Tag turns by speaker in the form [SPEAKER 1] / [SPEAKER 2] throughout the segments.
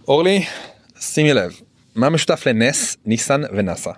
[SPEAKER 1] אורלי, שימי לב, מה משותף לנס, ניסן ונאסא?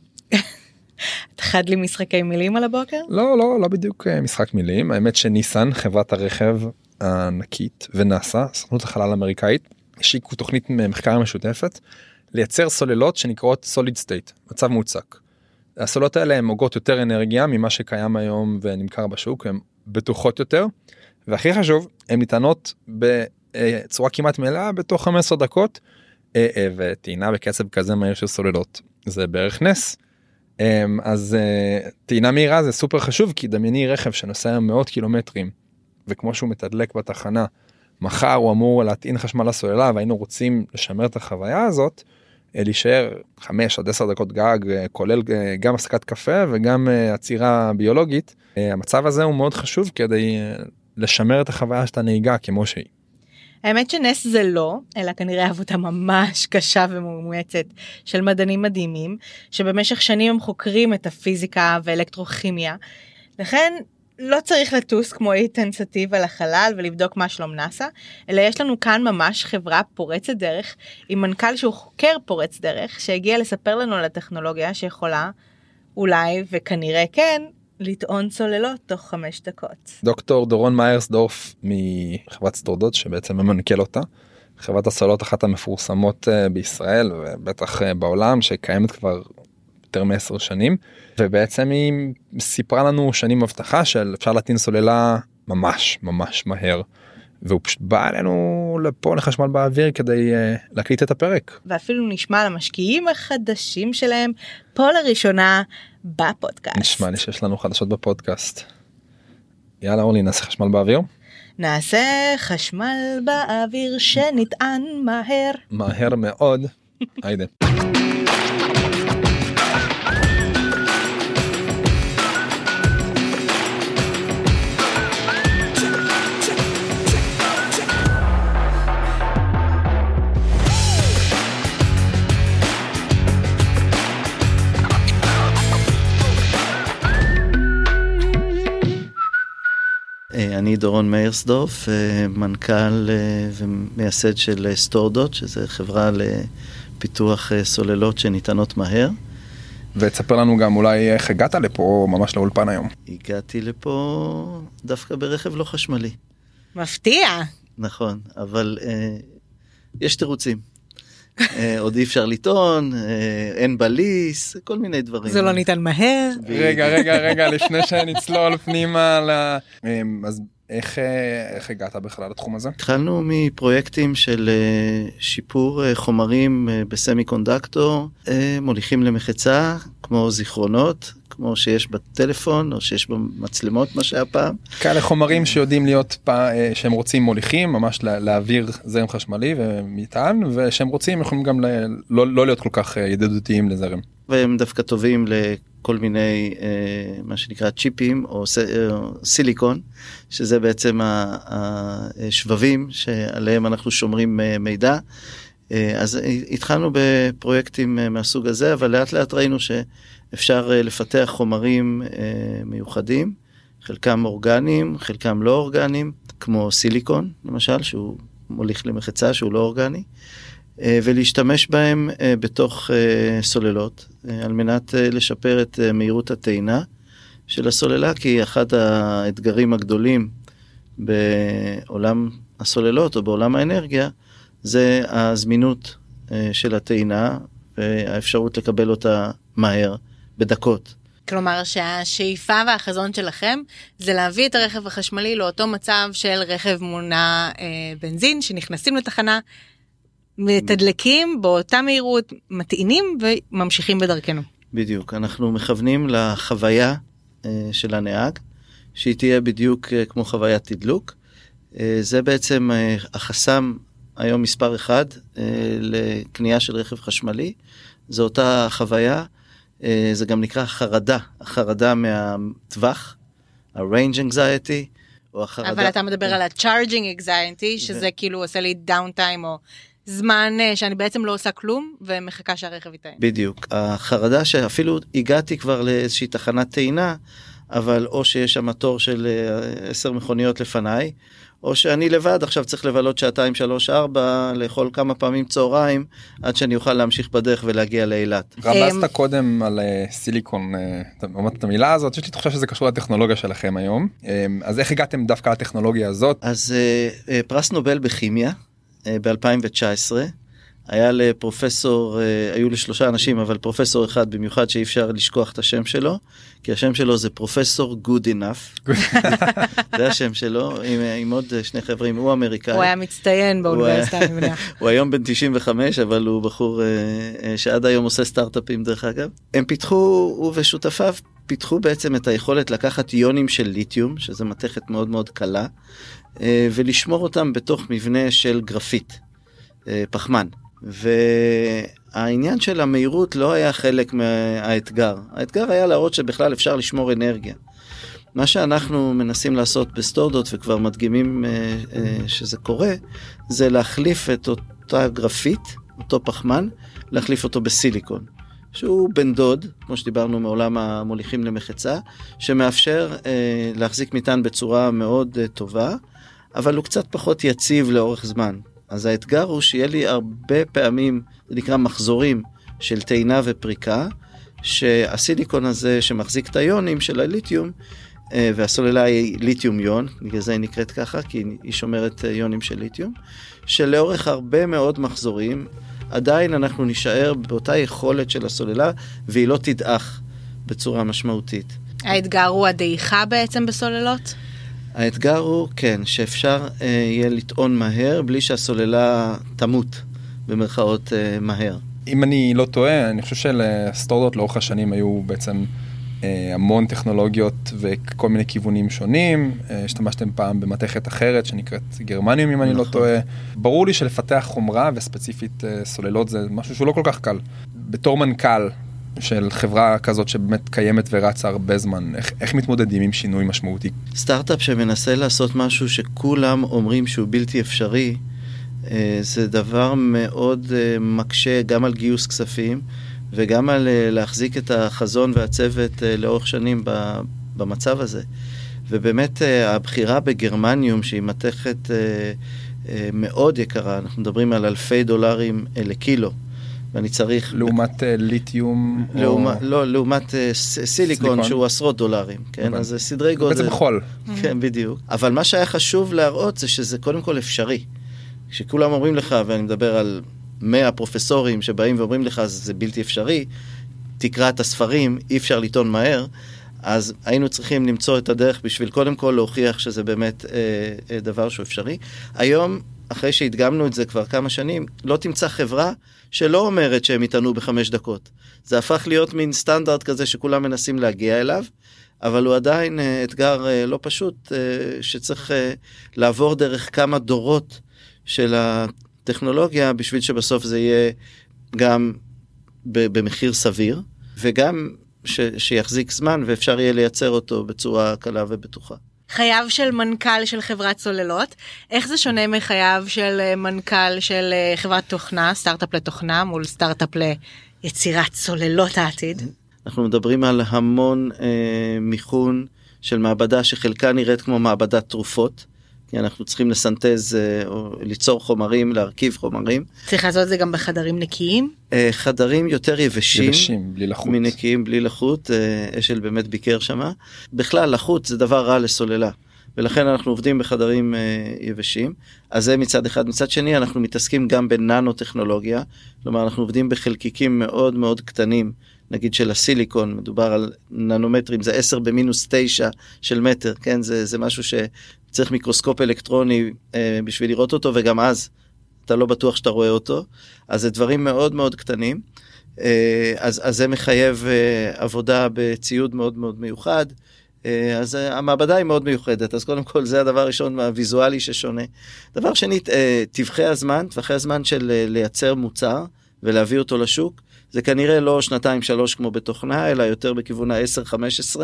[SPEAKER 2] אתה חד לי משחקי מילים על הבוקר?
[SPEAKER 1] לא בדיוק משחק מילים. האמת שניסן, חברת הרכב הענקית, ונאסא, סוכנות החלל האמריקאית, השיקו תוכנית מחקר משותפת לייצר סוללות שנקראות solid state, מצב מוצק. הסוללות האלה הן הוגות יותר אנרגיה ממה שקיים היום ונמכר בשוק, הן בטוחות יותר, והכי חשוב, הן ניתנות בצורה כמעט מלאה בתוך 15 דקות, וטעינה בקצב כזה מהיר של סוללות. זה בערך נס. אז טעינה מהירה זה סופר חשוב, כי דמייני רכב שנוסע מאות קילומטרים, וכמו שהוא מתדלק בתחנה, מחר הוא אמור להטעין חשמל לסוללה, והיינו רוצים לשמר את החוויה הזאת, להישאר 5 עד 10 דקות גג, כולל גם הפסקת קפה וגם עצירה ביולוגית. המצב הזה הוא מאוד חשוב כדי לשמר את החוויה של הנהיגה כמו שהיא.
[SPEAKER 2] האמת שנס זה לא, אלא כנראה עבודה ממש קשה ומאומצת של מדענים מדהימים, שבמשך שנים הם חוקרים את הפיזיקה ואלקטרוכימיה, לכן לא צריך לטוס כמו איתן סטיב על החלל ולבדוק מה שלום נאסא, אלא יש לנו כאן ממש חברה פורצת דרך, עם מנכ"ל שהוא חוקר פורץ דרך, שהגיע לספר לנו על הטכנולוגיה שיכולה, אולי וכנראה כן, לטעון צוללות תוך 5 דקות.
[SPEAKER 1] דוקטור דורון מיירסדורף מחברת סטורדות שבעצם ממנכ"ל אותה, חברת הסוללות אחת המפורסמות בישראל ובטח בעולם שקיימת כבר יותר מ10 שנים, ובעצם היא סיפרה לנו שנים הבטחה של אפשר להטעין סוללה ממש מהר, והוא פשוט בא אלינו לפה לחשמל באוויר כדי להקליט את הפרק.
[SPEAKER 2] ואפילו נשמע על המשקיעים החדשים שלהם פה לראשונה בפודקאסט.
[SPEAKER 1] נשמע לי שיש לנו חדשות בפודקאסט. יאללה אורלי, נעשה חשמל באוויר?
[SPEAKER 2] נעשה חשמל באוויר שנטען מהר.
[SPEAKER 1] מהר מאוד. היידה.
[SPEAKER 3] אני דורון מיירסדורף, מנכ"ל ומייסד של סטורדות, שזה חברה לפיתוח סוללות שניתנות מהר.
[SPEAKER 1] ותספר לנו גם אולי איך הגעת לפה ממש לאולפן היום.
[SPEAKER 3] הגעתי לפה דווקא ברכב לא חשמלי.
[SPEAKER 2] מפתיע.
[SPEAKER 3] נכון, אבל יש תירוצים. עוד אי אפשר לטעון, אין בליס, כל מיני דברים.
[SPEAKER 2] זה לא ניתן מהר.
[SPEAKER 1] רגע, לפני שנצלול פנימה, אז איך הגעת בכלל לתחום הזה?
[SPEAKER 3] התחלנו מפרויקטים של שיפור חומרים בסמי-קונדקטור, מוליכים למחצה, כמו זיכרונות, כמו שיש בטלפון, או שיש במצלמות, מה שהיה פעם.
[SPEAKER 1] כאלה חומרים שיודעים להיות, שהם רוצים מוליכים, ממש להעביר זרם חשמלי ומטען, ושהם רוצים, יכולים גם לא להיות כל כך ידידותיים לזרם.
[SPEAKER 3] והם דווקא טובים לכל מיני, מה שנקרא צ'יפים, או סיליקון, שזה בעצם השבבים שעליהם אנחנו שומרים מידע. אז התחלנו בפרויקטים מהסוג הזה, אבל לאט לאט ראינו שאפשר לפתח חומרים מיוחדים, חלקם אורגניים, חלקם לא אורגניים, כמו סיליקון, למשל, שהוא מוליך למחצה, שהוא לא אורגני, ולהשתמש בהם בתוך סוללות, על מנת לשפר את מהירות הטעינה של הסוללה, כי אחד האתגרים הגדולים בעולם הסוללות או בעולם האנרגיה, זה הזמינות של הטעינה, והאפשרות לקבל אותה מהר, בדקות.
[SPEAKER 2] כלומר שהשאיפה והחזון שלכם, זה להביא את הרכב החשמלי לאותו מצב של רכב מונע בנזין, שנכנסים לתחנה, מתדלקים באותה מהירות, מטעינים וממשיכים בדרכנו.
[SPEAKER 3] בדיוק, אנחנו מכוונים לחוויה של הנהג, שהיא תהיה בדיוק כמו חוויית תדלוק. זה בעצם החסם היום מספר 1 לקנייה של רכב חשמלי, זו אותה חוויה, זה גם נקרא החרדה מהטווח, ה-range anxiety, או החרדה...
[SPEAKER 2] אבל אתה מדבר על ה-charging anxiety, שזה כאילו עושה לי downtime או זמן שאני בעצם לא עושה כלום, ומחכה שהרכב יתאים.
[SPEAKER 3] בדיוק, החרדה שאפילו הגעתי כבר לאיזושהי תחנת טעינה, אבל או שיש שם תור של 10 מכוניות לפניי, או שאני לבד עכשיו צריך לבלות 2, 3, 4, לאכול כמה פעמים צהריים, עד שאני אוכל להמשיך בדרך ולהגיע לאילת.
[SPEAKER 1] רמזת קודם על סיליקון, אמרת את המילה הזאת, יש לי תחושה שזה קשור לטכנולוגיה שלכם היום, אז איך הגעתם דווקא לטכנולוגיה הזאת?
[SPEAKER 3] אז פרס נובל בכימיה, ב-2019, היה לפרופסור, היו ל3 אנשים, אבל פרופסור אחד במיוחד שאי אפשר לשכוח את השם שלו, כי השם שלו זה פרופסור Good Enough. זה השם שלו, עם עוד 2 חברים, הוא אמריקאי.
[SPEAKER 2] הוא היה מצטיין באוניברסיטה.
[SPEAKER 3] הוא היום בן 95, אבל הוא בחור שעד היום עושה סטארט-אפים דרך אגב. הם פיתחו, הוא ושותפיו, פיתחו בעצם את היכולת לקחת איונים של ליתיום, שזה מתכת מאוד מאוד קלה, ולשמור אותם בתוך מבנה של גרפית, פחמן. והעניין של המהירות לא היה חלק מהאתגר. האתגר היה להראות שבכלל אפשר לשמור אנרגיה. מה שאנחנו מנסים לעשות בסטורדות, וכבר מדגימים שזה קורה, זה להחליף את אותה גרפית, אותו פחמן, להחליף אותו בסיליקון. שהוא בן דוד, כמו שדיברנו מעולם המוליכים למחצה, שמאפשר להחזיק מטען בצורה מאוד טובה, אבל הוא קצת פחות יציב לאורך זמן. אז האתגר הוא שיהיה לי הרבה פעמים, זה נקרא מחזורים של טעינה ופריקה, שהסיליקון הזה שמחזיק את היונים של הליתיום, והסוללה היא ליתיום יון, בגלל זה היא נקראת ככה, כי היא שומרת יונים של ליתיום, שלאורך הרבה מאוד מחזורים, עדיין אנחנו נשאר באותה יכולת של הסוללה, והיא לא תדעך בצורה משמעותית.
[SPEAKER 2] האתגר הוא הדעיכה בעצם בסוללות?
[SPEAKER 3] האתגר הוא, כן, שאפשר יהיה לטעון מהר, בלי שהסוללה תמות, במרכאות מהר.
[SPEAKER 1] אם אני לא טועה, אני חושב שלסטורדות לאורך השנים היו בעצם המון טכנולוגיות וכל מיני כיוונים שונים. השתמשתם פעם במתכת אחרת שנקראת גרמניום, אם אני לא טועה. ברור לי שלפתח חומרה וספציפית סוללות זה משהו שהוא לא כל כך קל. בתור מנכ"ל של חברה כזאת שבאמת קיימת ורצה הרבה זמן, איך מתמודדים עם שינוי משמעותי?
[SPEAKER 3] סטארט-אפ שמנסה לעשות משהו שכולם אומרים שהוא בלתי אפשרי, זה דבר מאוד מקשה גם על גיוס כספים, וגם על להחזיק את החזון והצוות לאורך שנים במצב הזה. ובאמת הבחירה בגרמניום שהיא מתכת מאוד יקרה, אנחנו מדברים על $1,000 לקילו, ואני צריך...
[SPEAKER 1] לעומת ליתיום?
[SPEAKER 3] לא, לעומת סיליקון שהוא $10, כן? אז זה סדרי גודל.
[SPEAKER 1] בעצם חול.
[SPEAKER 3] כן, בדיוק. אבל מה שהיה חשוב להראות זה שזה קודם כל אפשרי. כשכולם אומרים לך, ואני מדבר על 100 פרופסורים שבאים ואומרים לך, זה בלתי אפשרי, תקרא את הספרים, אי אפשר לטעון מהר, אז היינו צריכים למצוא את הדרך בשביל קודם כל להוכיח שזה באמת דבר שהוא אפשרי. היום, אחרי שהדגמנו את זה כבר כמה שנים, לא תמצא חברה שלא אומרת שהם יטענו ב5 דקות. זה הפך להיות מין סטנדרט כזה שכולם מנסים להגיע אליו, אבל הוא עדיין אתגר לא פשוט, שצריך לעבור דרך כמה דורות של הטכנולוגיה, בשביל שבסוף זה יהיה גם במחיר סביר, וגם שיחזיק זמן, ואפשר יהיה לייצר אותו בצורה קלה ובטוחה.
[SPEAKER 2] חייו של מנכ"ל של חברת סוללות, איך זה שונה מחייו של מנכ"ל של חברת תוכנה, סטארט-אפ לתוכנה, מול סטארט-אפ ליצירת סוללות העתיד?
[SPEAKER 3] אנחנו מדברים על המון מיכון של מעבדה שחלקה נראית כמו מעבדת תרופות, כי אנחנו צריכים לסנטז או ליצור חומרים, להרכיב חומרים. צריך
[SPEAKER 2] לעשות את זה גם בחדרים נקיים?
[SPEAKER 3] חדרים יותר יבשים.
[SPEAKER 1] יבשים, בלי לחות.
[SPEAKER 3] מנקיים, בלי לחות. אשל באמת ביקר שמה. בכלל, לחות זה דבר רע לסוללה. ולכן אנחנו עובדים בחדרים יבשים. אז זה מצד אחד. מצד שני, אנחנו מתעסקים גם בננו-טכנולוגיה. כלומר, אנחנו עובדים בחלקיקים מאוד מאוד קטנים, נגיד של הסיליקון, מדובר על ננומטרים, זה 10⁻⁹ של מטר, כן? זה משהו שצריך מיקרוסקופ אלקטרוני בשביל לראות אותו, וגם אז אתה לא בטוח שאתה רואה אותו. אז זה דברים מאוד מאוד קטנים. אז זה מחייב עבודה בציוד מאוד מאוד מיוחד. אז המעבדה היא מאוד מיוחדת, אז קודם כל זה הדבר הראשון הוויזואלי ששונה. דבר שני, טווחי הזמן של לייצר מוצר ולהביא אותו לשוק, זה כנראה לא 2-3 כמו בתוכנה, אלא יותר בכיוון ה-10-15,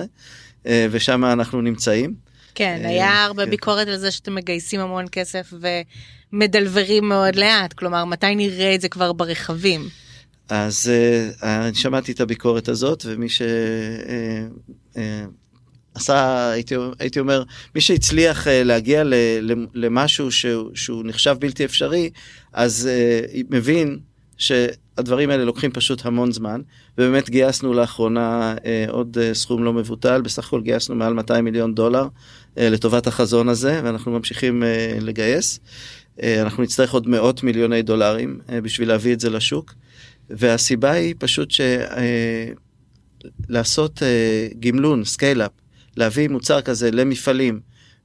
[SPEAKER 3] ושם אנחנו נמצאים.
[SPEAKER 2] כן, היה הרבה ביקורת על זה שאתם מגייסים המון כסף ומדלברים מאוד לאט, כלומר, מתי נראה את זה כבר ברכבים?
[SPEAKER 3] אז אני שמעתי את הביקורת הזאת, ומי הייתי אומר, מי שהצליח להגיע למשהו שהוא נחשב בלתי אפשרי, אז מבין שהדברים האלה לוקחים פשוט המון זמן, ובאמת גייסנו לאחרונה עוד סכום לא מבוטל, בסך הכל גייסנו מעל $200 מיליון לטובת החזון הזה, ואנחנו ממשיכים לגייס. אנחנו נצטרך עוד $100 מיליון בשביל להביא את זה לשוק, והסיבה היא פשוט לעשות גמלון, סקייל-אפ, להביא מוצר כזה למפעלים,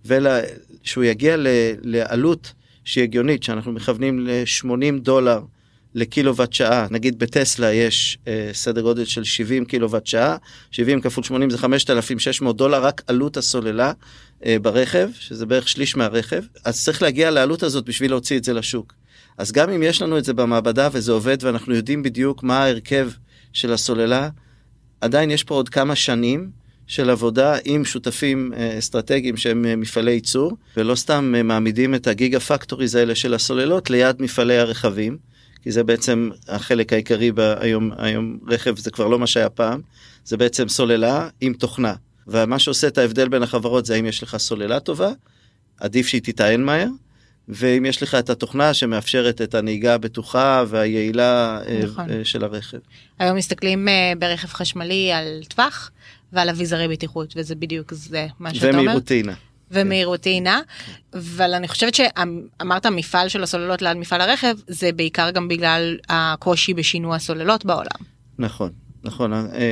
[SPEAKER 3] ושהוא יגיע לעלות שהיא הגיונית, שאנחנו מכוונים $80 לקילוואט שעה, נגיד בטסלה יש סדר גודל של 70 קילוואט שעה, 70 כפול 80 זה $5,600, רק עלות הסוללה ברכב, שזה בערך שליש מהרכב, אז צריך להגיע לעלות הזאת בשביל להוציא את זה לשוק. אז גם אם יש לנו את זה במעבדה וזה עובד, ואנחנו יודעים בדיוק מה ההרכב של הסוללה, עדיין יש פה עוד כמה שנים של עבודה עם שותפים אסטרטגיים שהם מפעלי ייצור, ולא סתם מעמידים את הגיגה פקטוריז האלה של הסוללות ליד מפעלי הרכבים, כי זה בעצם החלק העיקרי היום רכב, זה כבר לא מה שהיה פעם, זה בעצם סוללה עם תוכנה. ומה שעושה את ההבדל בין החברות זה האם יש לך סוללה טובה, עדיף שהיא תיטען מהר, ואם יש לך את התוכנה שמאפשרת את הנהיגה הבטוחה והיעילה של הרכב.
[SPEAKER 2] היום מסתכלים ברכב חשמלי על טווח ועל אביזרי בטיחות, וזה בדיוק זה מה שאתה אומר.
[SPEAKER 3] ומהירוטינה.
[SPEAKER 2] ומהירוטינה, אבל אני חושבת שאמרת מפעל של הסוללות ליד מפעל הרכב, זה בעיקר גם בגלל הקושי בשינוע הסוללות בעולם.
[SPEAKER 3] נכון. נכון,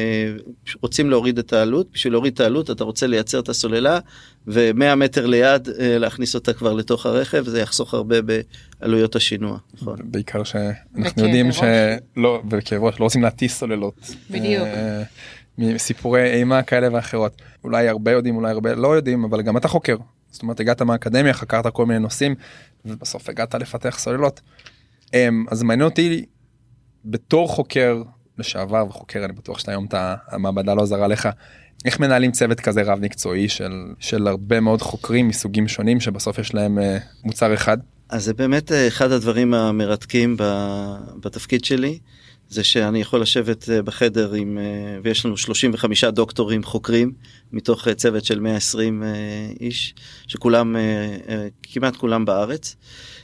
[SPEAKER 3] רוצים להוריד את העלות, בשביל להוריד את העלות אתה רוצה לייצר את הסוללה, ו100 מטר ליד להכניס אותה כבר לתוך הרכב, זה יחסוך הרבה בעלויות השינוע. נכון.
[SPEAKER 1] בעיקר שאנחנו יודעים שלא, וכאבות, לא רוצים להטיס סוללות.
[SPEAKER 2] בדיוק.
[SPEAKER 1] מסיפורי אימה כאלה ואחרות. אולי הרבה יודעים, אולי הרבה לא יודעים, אבל גם אתה חוקר. זאת אומרת, הגעת מהאקדמיה, חקרת כל מיני נושאים, ובסוף הגעת לפתח סוללות. אז מעניין אותי, בתור חוקר לשעבר וחוקר, אני בטוח שאתה היום המעבדה לא זרה לך, איך מנהלים צוות כזה רב מקצועי של הרבה מאוד חוקרים מסוגים שונים, שבסוף יש להם מוצר אחד?
[SPEAKER 3] אז זה באמת אחד הדברים המרתקים בתפקיד שלי, זה שאני יכול לשבת בחדר ויש לנו 35 דוקטורים חוקרים, מתוך צוות של 120 איש, שכולם, כמעט כולם בארץ,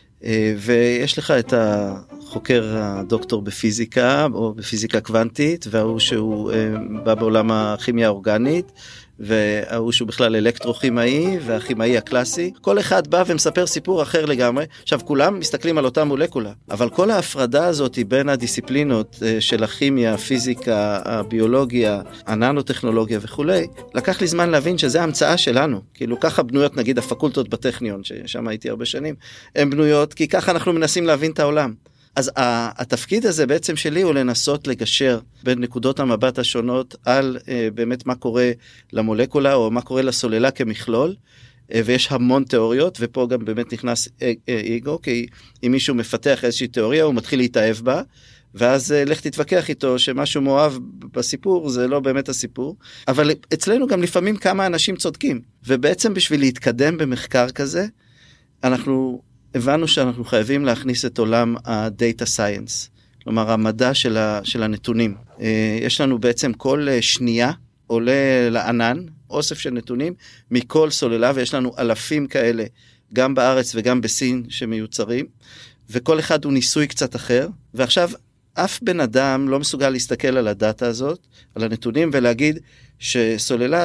[SPEAKER 3] ויש לך את החוקר הדוקטור בפיזיקה, או בפיזיקה קוונטית, והוא שהוא בא בעולם הכימיה האורגנית, והוא שהוא בכלל אלקטרוכימאי, והכימאי הקלאסי. כל אחד בא ומספר סיפור אחר לגמרי. עכשיו, כולם מסתכלים על אותה מולקולה, אבל כל ההפרדה הזאת היא בין הדיסציפלינות של הכימיה, הפיזיקה, הביולוגיה, הננוטכנולוגיה וכו'. לקח לי זמן להבין שזה ההמצאה שלנו. כאילו, ככה בנויות, נגיד, הפקולטות בטכניון, ששם הייתי הרבה שנים, הן בנויות, כי ככה אנחנו מנסים להבין את העולם. אז התפקיד הזה בעצם שלי הוא לנסות לגשר בין נקודות המבט השונות על באמת מה קורה למולקולה או מה קורה לסוללה כמכלול, ויש המון תיאוריות, ופה גם באמת נכנס אגו, כי אם מישהו מפתח איזושהי תיאוריה הוא מתחיל להתאהב בה, ואז לך תתווכח איתו שמשהו מאוהב בסיפור זה לא באמת הסיפור, אבל אצלנו גם לפעמים כמה אנשים צודקים, ובעצם בשביל להתקדם במחקר כזה, אנחנו הבנו שאנחנו חייבים להכניס את עולם ה-Data Science, כלומר המדע של הנתונים. יש לנו בעצם כל שנייה עולה לענן, אוסף של נתונים מכל סוללה, ויש לנו אלפים כאלה, גם בארץ וגם בסין שמיוצרים, וכל אחד הוא ניסוי קצת אחר, ועכשיו אף בן אדם לא מסוגל להסתכל על הדאטה הזאת, על הנתונים, ולהגיד שסוללה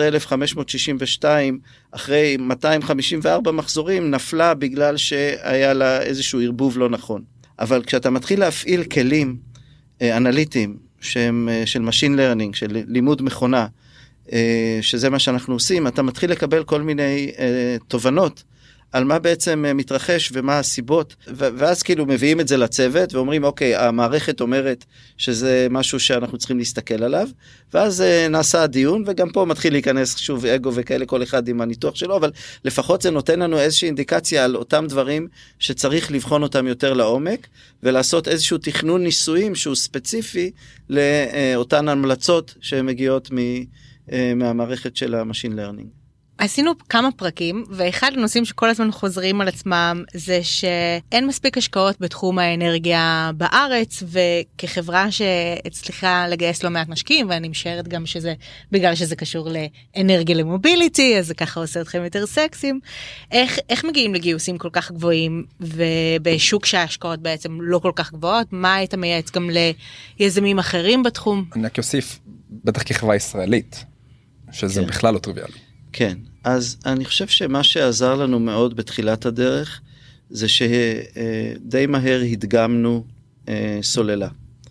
[SPEAKER 3] 17,562 אחרי 254 מחזורים נפלה בגלל שהיה לה איזשהו ערבוב לא נכון. אבל כשאתה מתחיל להפעיל כלים אנליטיים שהם של Machine Learning, של לימוד מכונה, שזה מה שאנחנו עושים, אתה מתחיל לקבל כל מיני תובנות על מה בעצם מתרחש ומה הסיבות, ואז כאילו מביאים את זה לצוות ואומרים אוקיי, המערכת אומרת שזה משהו שאנחנו צריכים להסתכל עליו, ואז נעשה הדיון, וגם פה מתחיל להיכנס שוב אגו וכאלה, כל אחד עם הניתוח שלו, אבל לפחות זה נותן לנו איזושהי אינדיקציה על אותם דברים שצריך לבחון אותם יותר לעומק, ולעשות איזשהו תכנון ניסויים שהוא ספציפי לאותן המלצות שמגיעות מהמערכת של ה-Machine Learning.
[SPEAKER 2] עשינו כמה פרקים, ואחד הנושאים שכל הזמן חוזרים על עצמם זה שאין מספיק השקעות בתחום האנרגיה בארץ, וכחברה שהצליחה לגייס לא מעט משקיעים, ואני משערת גם שזה בגלל שזה קשור לאנרגיה למוביליטי, אז זה ככה עושה אתכם יותר סקסים. איך מגיעים לגיוסים כל כך גבוהים, ובשוק שההשקעות בעצם לא כל כך גבוהות? מה היית מייעץ גם ליזמים אחרים בתחום?
[SPEAKER 1] אני רק אוסיף, בטח כחברה ישראלית, שזה בכלל לא טריוויאלי.
[SPEAKER 3] כן, אז אני חושב שמה שעזר לנו מאוד בתחילת הדרך, זה שדי מהר הדגמנו סוללה.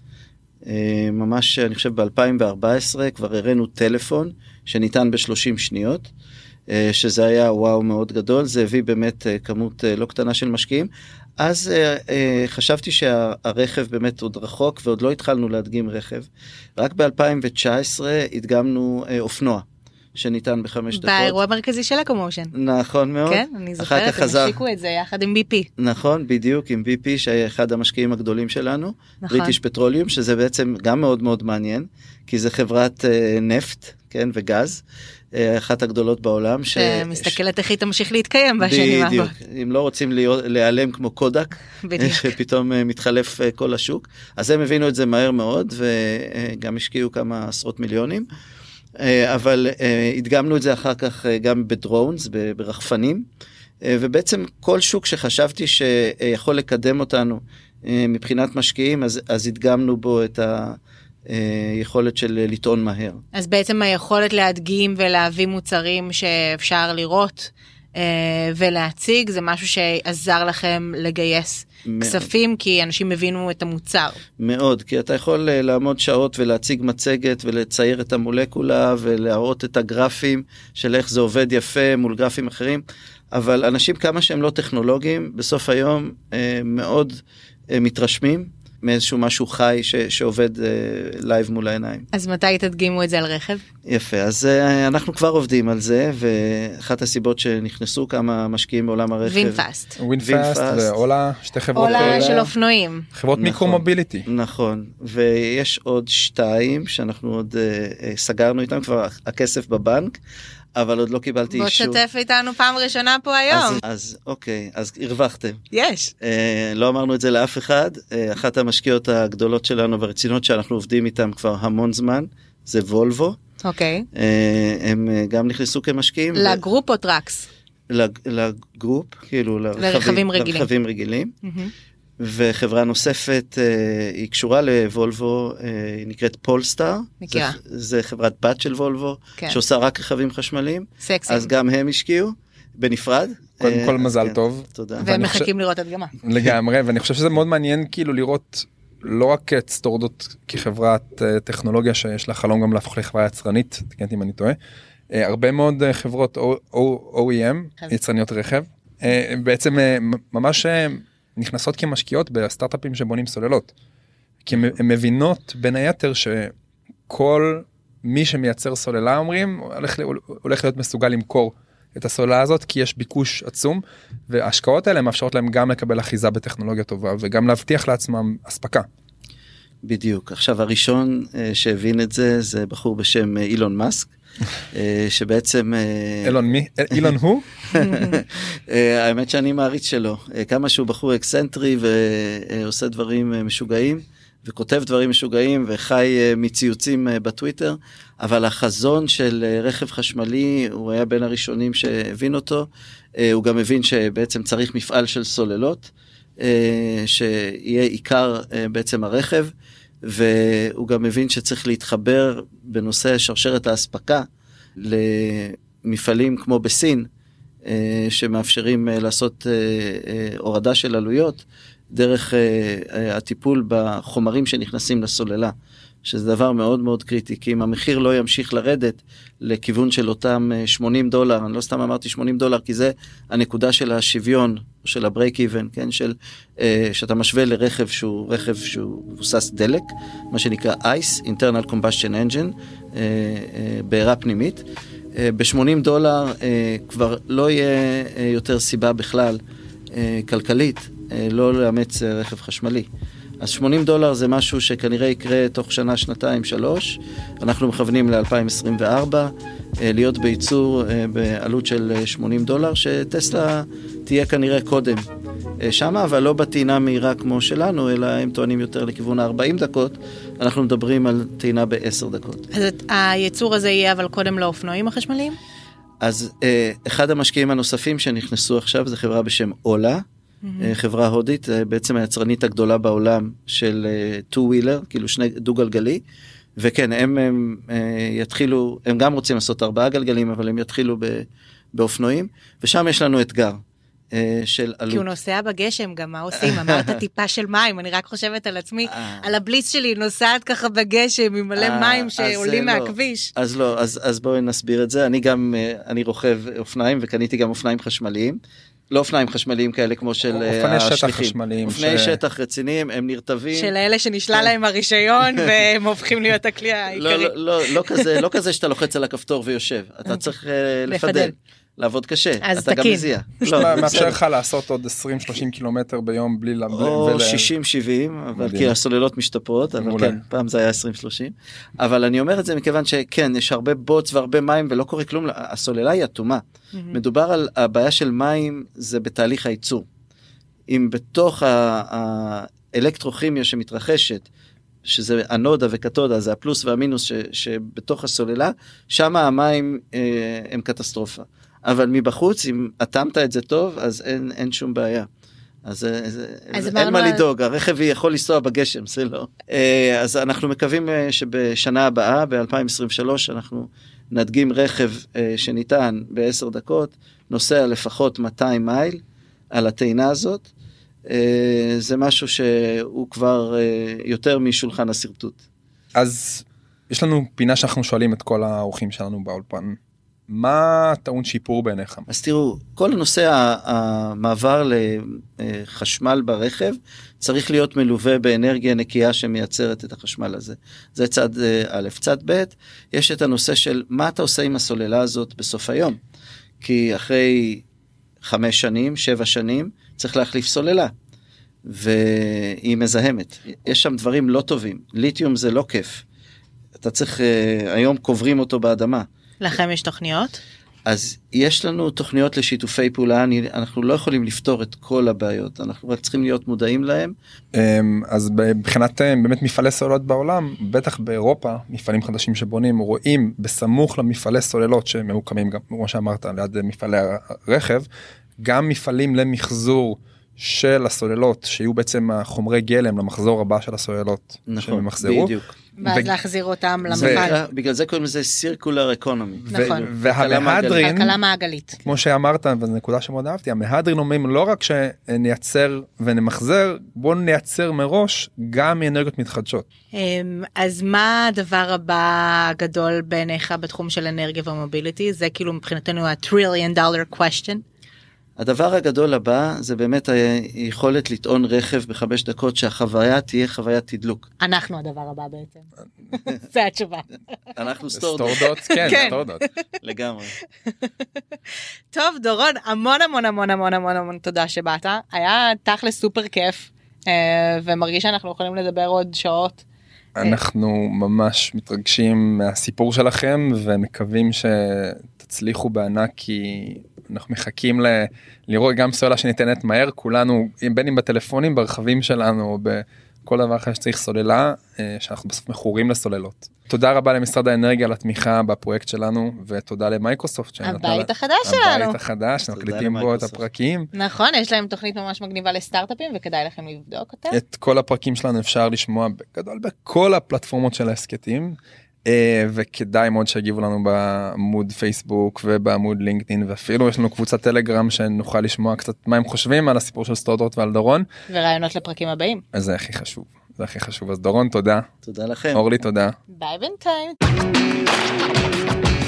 [SPEAKER 3] ממש, אני חושב ב-2014 כבר הראינו טלפון שניתן ב-30 שניות, שזה היה וואו מאוד גדול, זה הביא באמת כמות לא קטנה של משקיעים. אז חשבתי שהרכב באמת עוד רחוק, ועוד לא התחלנו להדגים רכב. רק ב-2019 הדגמנו אופנוע. שניתן ב5 דקות.
[SPEAKER 2] באירוע המרכזי של אקומושן.
[SPEAKER 3] נכון מאוד.
[SPEAKER 2] כן, אני זוכרת, הם השיקו את זה יחד עם BP.
[SPEAKER 3] נכון, בדיוק, עם BP, שהיה אחד המשקיעים הגדולים שלנו, בריטיש פטרוליום, שזה בעצם גם מאוד מאוד מעניין, כי זה חברת נפט, כן, וגז, אחת הגדולות בעולם.
[SPEAKER 2] שמסתכלת איך היא תמשיך להתקיים בשנים הבאות.
[SPEAKER 3] בדיוק, אם לא רוצים להיעלם כמו קודק, שפתאום מתחלף כל השוק, אז הם הבינו את זה מהר מאוד, וגם השקיעו כמה עשרות מיליונים, אבל הדגמנו את זה אחר כך גם בדרונס, ברחפנים, ובעצם כל שוק שחשבתי שיכול לקדם אותנו מבחינת משקיעים, אז הדגמנו בו את היכולת של לטעון מהר.
[SPEAKER 2] אז בעצם היכולת להדגים ולהביא מוצרים שאפשר לראות ולהציג, זה משהו שעזר לכם לגייס כספים, כי אנשים הבינו את המוצר.
[SPEAKER 3] מאוד, כי אתה יכול לעמוד שעות ולהציג מצגת ולצייר את המולקולה ולהראות את הגרפים של איך זה עובד יפה מול גרפים אחרים, אבל אנשים כמה שהם לא טכנולוגיים, בסוף היום מאוד מתרשמים מאיזשהו משהו חי שעובד לייב מול העיניים.
[SPEAKER 2] אז מתי תדגימו את זה על רכב?
[SPEAKER 3] יפה, אז אנחנו כבר עובדים על זה, ואחת הסיבות שנכנסו כמה משקיעים בעולם הרכב.
[SPEAKER 2] וינפאסט.
[SPEAKER 1] וינפאסט ואולה, שתי חברות.
[SPEAKER 2] אולה של אופנועים.
[SPEAKER 1] חברות מיקרו-מוביליטי.
[SPEAKER 3] נכון, ויש עוד 2 שאנחנו עוד סגרנו איתם, כבר הכסף בבנק, אבל עוד לא קיבלתי אישור.
[SPEAKER 2] בוא תשתף איתנו פעם ראשונה פה היום.
[SPEAKER 3] אז אוקיי, אז הרווחתם.
[SPEAKER 2] יש.
[SPEAKER 3] לא אמרנו את זה לאף אחד, אחת המשקיעות הגדולות שלנו והרצינות שאנחנו עובדים איתם כבר המון זמן, זה וולבו.
[SPEAKER 2] אוקיי.
[SPEAKER 3] הם גם נכנסו כמשקיעים.
[SPEAKER 2] לגרופ או טרקס?
[SPEAKER 3] לגרופ, כאילו לרכבים רגילים. וחברה נוספת, היא קשורה לוולבו, היא נקראת פולסטאר.
[SPEAKER 2] מכירה.
[SPEAKER 3] זה חברת בת של וולבו, שעושה רק רכבים חשמליים.
[SPEAKER 2] סקסים.
[SPEAKER 3] אז גם הם השקיעו, בנפרד.
[SPEAKER 1] קודם כל מזל טוב.
[SPEAKER 3] תודה.
[SPEAKER 2] והם מחכים לראות הדגמה.
[SPEAKER 1] לגמרי, ואני חושב שזה מאוד מעניין כאילו לראות לא רק את סטורדות כחברת טכנולוגיה שיש לה חלום גם להפוך לחברה יצרנית, תקנתי אם אני טועה. הרבה מאוד חברות OEM, יצרניות רכב, בעצם ממש נכנסות כמשקיעות בסטארט-אפים שבונים סוללות. כי הן מבינות בין היתר שכל מי שמייצר סוללה אומרים, הולך להיות מסוגל למכור את הסוללה הזאת, כי יש ביקוש עצום, וההשקעות האלה מאפשרות להם גם לקבל אחיזה בטכנולוגיה טובה, וגם להבטיח לעצמם הספקה.
[SPEAKER 3] בדיוק. עכשיו הראשון שהבין את זה, זה בחור בשם אילון מאסק, שבעצם...
[SPEAKER 1] אילון מי? אילון הוא?
[SPEAKER 3] האמת שאני מעריץ שלו. כמה שהוא בחור אקסנטרי ועושה דברים משוגעים, וכותב דברים משוגעים וחי מציוצים בטוויטר, אבל החזון של רכב חשמלי, הוא היה בין הראשונים שהבין אותו, הוא גם הבין שבעצם צריך מפעל של סוללות, שיהיה עיקר בעצם הרכב, והוא גם מבין שצריך להתחבר בנושא שרשרת ההספקה למפעלים כמו בסין, שמאפשרים לעשות הורדה של עלויות, דרך הטיפול בחומרים שנכנסים לסוללה, שזה דבר מאוד מאוד קריטי, כי אם המחיר לא ימשיך לרדת לכיוון של אותם $80, אני לא סתם אמרתי $80, כי זה הנקודה של השוויון, של הברייק איבן, כן, שאתה משווה לרכב שהוא מבוסס דלק, מה שנקרא ICE, Internal Combustion Engine, בעירה פנימית, $80 כבר לא יהיה יותר סיבה בכלל כלכלית, לא לאמץ רכב חשמלי. אז $80 זה משהו שכנראה יקרה תוך שנה, שנתיים, 3. אנחנו מכוונים ל-2024, להיות בייצור בעלות של $80, שטסלה תהיה כנראה קודם שמה, אבל לא בטעינה מהירה כמו שלנו, אלא הם טוענים יותר לכיוון 40 דקות, אנחנו מדברים על טעינה ב10 דקות.
[SPEAKER 2] אז הייצור הזה יהיה אבל קודם לאופנועים החשמליים?
[SPEAKER 3] אז אחד המשקיעים הנוספים שנכנסו עכשיו זה חברה בשם אולה, חברה הודית, בעצם היצרנית הגדולה בעולם של two-wheeler, כאילו שני דו-גלגלי, וכן, הם יתחילו, הם גם רוצים לעשות 4 גלגלים, אבל הם יתחילו באופנועים, ושם יש לנו אתגר של עלות.
[SPEAKER 2] כי הוא נוסע בגשם, גם מה עושים? אמרת טיפה של מים, אני רק חושבת על עצמי, על הבליץ שלי, נוסעת ככה בגשם, עם מלא מים שעולים מהכביש.
[SPEAKER 3] אז לא, אז בואי נסביר את זה, אני רוכב אופניים, וקניתי גם אופניים חשמליים, לא אופניים חשמליים כאלה כמו של השליחים. אופני שטח רציניים, הם נרטבים.
[SPEAKER 2] של אלה שנשלה להם הרישיון והם הופכים להיות הכלי העיקרי.
[SPEAKER 3] לא כזה שאתה לוחץ על הכפתור ויושב. אתה צריך לפדל, לעבוד קשה.
[SPEAKER 2] אז
[SPEAKER 3] אתה גם מזיע.
[SPEAKER 1] מאפשר לך לעשות עוד 20-30 קילומטר ביום בלי...
[SPEAKER 3] או 60-70, אבל כי הסוללות משתפרות, אבל כן, פעם זה היה 20-30. אבל אני אומר את זה מכיוון שכן, יש הרבה בוץ והרבה מים ולא קורה כלום. הסוללה היא אטומה. מדובר על הבעיה של מים, זה בתהליך הייצור. אם בתוך האלקטרוכימיה שמתרחשת, שזה אנודה וקתודה, זה הפלוס והמינוס שבתוך הסוללה, שם המים הם קטסטרופה. אבל מבחוץ, אם אטמת את זה טוב, אז אין שום בעיה. אז אין מה לדאוג, הרכב יכול לנסוע בגשם, זה לא. אז אנחנו מקווים שבשנה הבאה, ב-2023, אנחנו נדגים רכב שניתן ב10 דקות, נוסע לפחות 200 מייל על הטעינה הזאת, זה משהו שהוא כבר יותר משולחן הסרטוט.
[SPEAKER 1] אז יש לנו פינה שאנחנו שואלים את כל האורחים שלנו באולפן, מה טעון שיפור בעיניך?
[SPEAKER 3] אז תראו, כל נושא המעבר לחשמל ברכב, צריך להיות מלווה באנרגיה נקייה שמייצרת את החשמל הזה. זה צד א'. צד ב', יש את הנושא של מה אתה עושה עם הסוללה הזאת בסוף היום. כי אחרי 5 שנים, 7 שנים, צריך להחליף סוללה. והיא מזהמת. יש שם דברים לא טובים. ליתיום זה לא כיף. אתה צריך, היום קוברים אותו באדמה.
[SPEAKER 2] לכם יש תוכניות?
[SPEAKER 3] אז יש לנו תוכניות לשיתופי פעולה, אנחנו לא יכולים לפתור את כל הבעיות, אנחנו רק צריכים להיות מודעים להם.
[SPEAKER 1] אז מבחינת באמת מפעלי סוללות בעולם, בטח באירופה, מפעלים חדשים שבונים, רואים בסמוך למפעלי סוללות שממוקמים, גם כמו שאמרת, ליד מפעלי הרכב, גם מפעלים למחזור של הסוללות, שיהיו בעצם החומרי גלם למחזור הבא של הסוללות.
[SPEAKER 3] נכון, בדיוק.
[SPEAKER 2] ואז להחזיר אותם למפעל.
[SPEAKER 3] בגלל זה קוראים לזה circular economy.
[SPEAKER 2] נכון.
[SPEAKER 1] והמהדרין,
[SPEAKER 2] כלכלה מעגלית.
[SPEAKER 1] כמו שאמרת, וזו נקודה שמאוד אהבתי, המהדרין אומרים לא רק שנייצר ונמחזר, בואו נייצר מראש גם מאנרגיות מתחדשות.
[SPEAKER 2] אז מה הדבר הבא הגדול בעיניך בתחום של אנרגיה ומוביליטי? זה כאילו מבחינתנו $1 trillion question.
[SPEAKER 3] הדבר הגדול הבא זה באמת היכולת לטעון רכב ב5 דקות שהחוויה תהיה חוויית תדלוק.
[SPEAKER 2] אנחנו הדבר הבא בעצם. זה התשובה.
[SPEAKER 3] אנחנו סטורדות.
[SPEAKER 1] סטורדות, כן, סטורדות.
[SPEAKER 3] לגמרי.
[SPEAKER 2] טוב, דורון, המון תודה שבאת. היה תכלס סופר כיף, ומרגיש שאנחנו יכולים לדבר עוד שעות.
[SPEAKER 1] אנחנו ממש מתרגשים מהסיפור שלכם, ומקווים שתצליחו בענק, כי אנחנו מחכים לראות גם סוללה שניתנת מהר, כולנו, בין אם בטלפונים, ברכבים שלנו, או בכל דבר אחר שצריך סוללה, שאנחנו בסוף מכורים לסוללות. תודה רבה למשרד האנרגיה על התמיכה בפרויקט שלנו, ותודה למייקרוסופט.
[SPEAKER 2] הבית החדש שלנו.
[SPEAKER 1] הבית החדש, אנחנו קליטים בו את הפרקים.
[SPEAKER 2] נכון, יש להם תוכנית ממש מגניבה לסטארט-אפים, וכדאי לכם לבדוק אותה.
[SPEAKER 1] את כל הפרקים שלנו אפשר לשמוע בגדול בכל הפלטפורמות של העסקתים, וכדאי מאוד שיגיבו לנו בעמוד פייסבוק ובעמוד לינקדאין, ואפילו יש לנו קבוצת טלגרם שנוכל לשמוע קצת מה הם חושבים על הסיפור של סטורדות ועל דורון.
[SPEAKER 2] ורעיונות לפרקים הבאים.
[SPEAKER 1] אז זה הכי חשוב. זה הכי חשוב. אז דורון, תודה.
[SPEAKER 3] תודה לכם.
[SPEAKER 1] אורלי, תודה.
[SPEAKER 2] ביי בינתיים.